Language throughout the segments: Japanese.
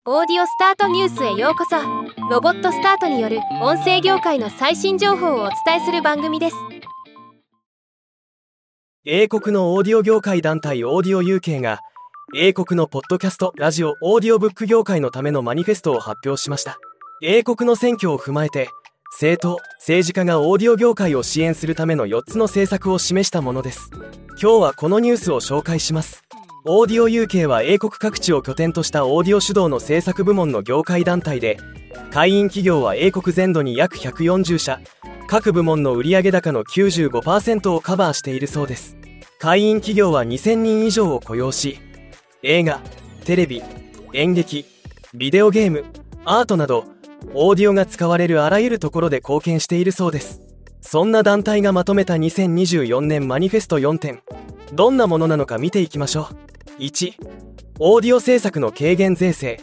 オーディオスタートニュースへようこそ。ロボットスタートによる音声業界の最新情報をお伝えする番組です。 英国のオーディオ業界団体オーディオ UK が英国のポッドキャスト、ラジオ、オーディオブック業界のためのマニフェストを発表しました。英国の選挙を踏まえて政党・政治家がオーディオ業界を支援するための4つの政策を示したものです。今日はこのニュースを紹介します。オーディオ UK は英国各地を拠点としたオーディオ主導の制作部門の業界団体で、会員企業は英国全土に約140社、各部門の売上高の 95% をカバーしているそうです。会員企業は2000人以上を雇用し、映画、テレビ、演劇、ビデオゲーム、アートなどオーディオが使われるあらゆるところで貢献しているそうです。そんな団体がまとめた2024年マニフェスト4点、どんなものなのか見ていきましょう。1、オーディオ制作の軽減税制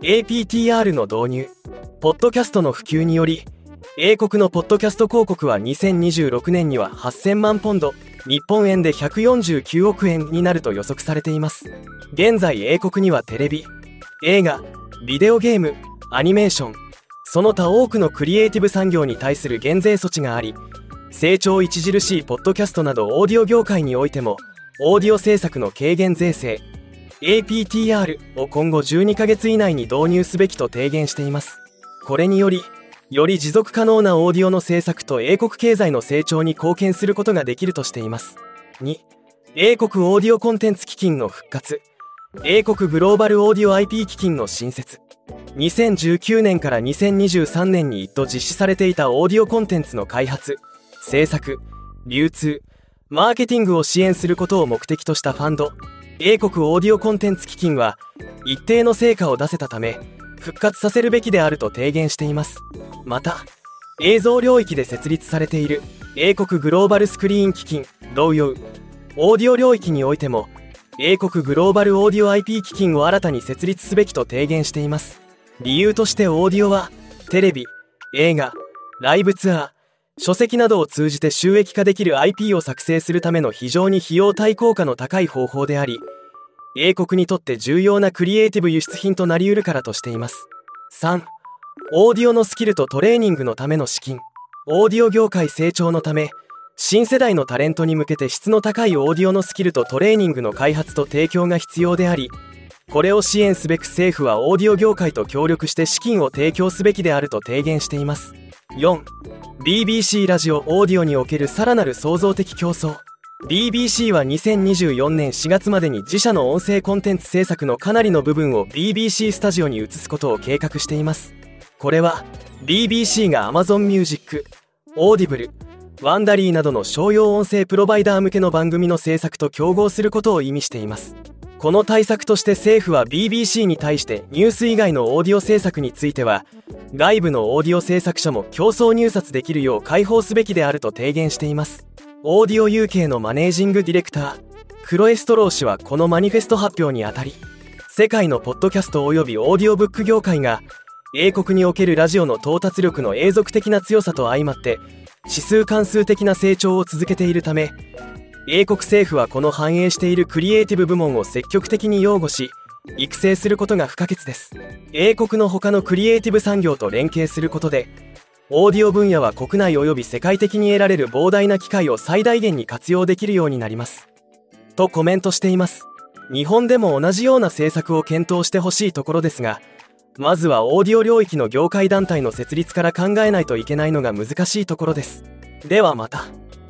APTR の導入。ポッドキャストの普及により、英国のポッドキャスト広告は2026年には8000万ポンド、日本円で149億円になると予測されています。現在英国にはテレビ、映画、ビデオゲーム、アニメーション、その他多くのクリエイティブ産業に対する減税措置があり、成長著しいポッドキャストなどオーディオ業界においてもオーディオ制作の軽減税制 APTR を今後12ヶ月以内に導入すべきと提言しています。これにより持続可能なオーディオの制作と英国経済の成長に貢献することができるとしています。2、英国オーディオコンテンツ基金の復活。英国グローバルオーディオ IP 基金の新設。2019年から2023年に一度実施されていたオーディオコンテンツの開発、制作、流通、マーケティングを支援することを目的としたファンド、英国オーディオコンテンツ基金は一定の成果を出せたため復活させるべきであると提言しています。また、映像領域で設立されている英国グローバルスクリーン基金同様、オーディオ領域においても英国グローバルオーディオ IP 基金を新たに設立すべきと提言しています。理由としてオーディオはテレビ、映画、ライブツアー、書籍などを通じて収益化できる IP を作成するための非常に費用対効果の高い方法であり、英国にとって重要なクリエイティブ輸出品となり得るからとしています。3、オーディオのスキルとトレーニングのための資金。オーディオ業界成長のため、新世代のタレントに向けて質の高いオーディオのスキルとトレーニングの開発と提供が必要であり、これを支援すべく政府はオーディオ業界と協力して資金を提供すべきであると提言しています。4、BBC ラジオオーディオにおけるさらなる創造的競争。 BBC は2024年4月までに自社の音声コンテンツ制作のかなりの部分を BBC スタジオに移すことを計画しています。これは BBC が Amazon Music、Audible、ワンダリーなどの商用音声プロバイダー向けの番組の制作と競合することを意味しています。この対策として政府は BBC に対してニュース以外のオーディオ制作については外部のオーディオ制作者も競争入札できるよう開放すべきであると提言しています。オーディオ UK のマネージングディレクタークロエ・ストロー氏はこのマニフェスト発表にあたり、世界のポッドキャスト及びオーディオブック業界が英国におけるラジオの到達力の永続的な強さと相まって指数関数的な成長を続けているため、英国政府はこの反映しているクリエイティブ部門を積極的に擁護し育成することが不可欠です。英国の他のクリエイティブ産業と連携することで、オーディオ分野は国内及び世界的に得られる膨大な機会を最大限に活用できるようになりますとコメントしています。日本でも同じような政策を検討してほしいところですが、まずはオーディオ領域の業界団体の設立から考えないといけないのが難しいところです。ではまた。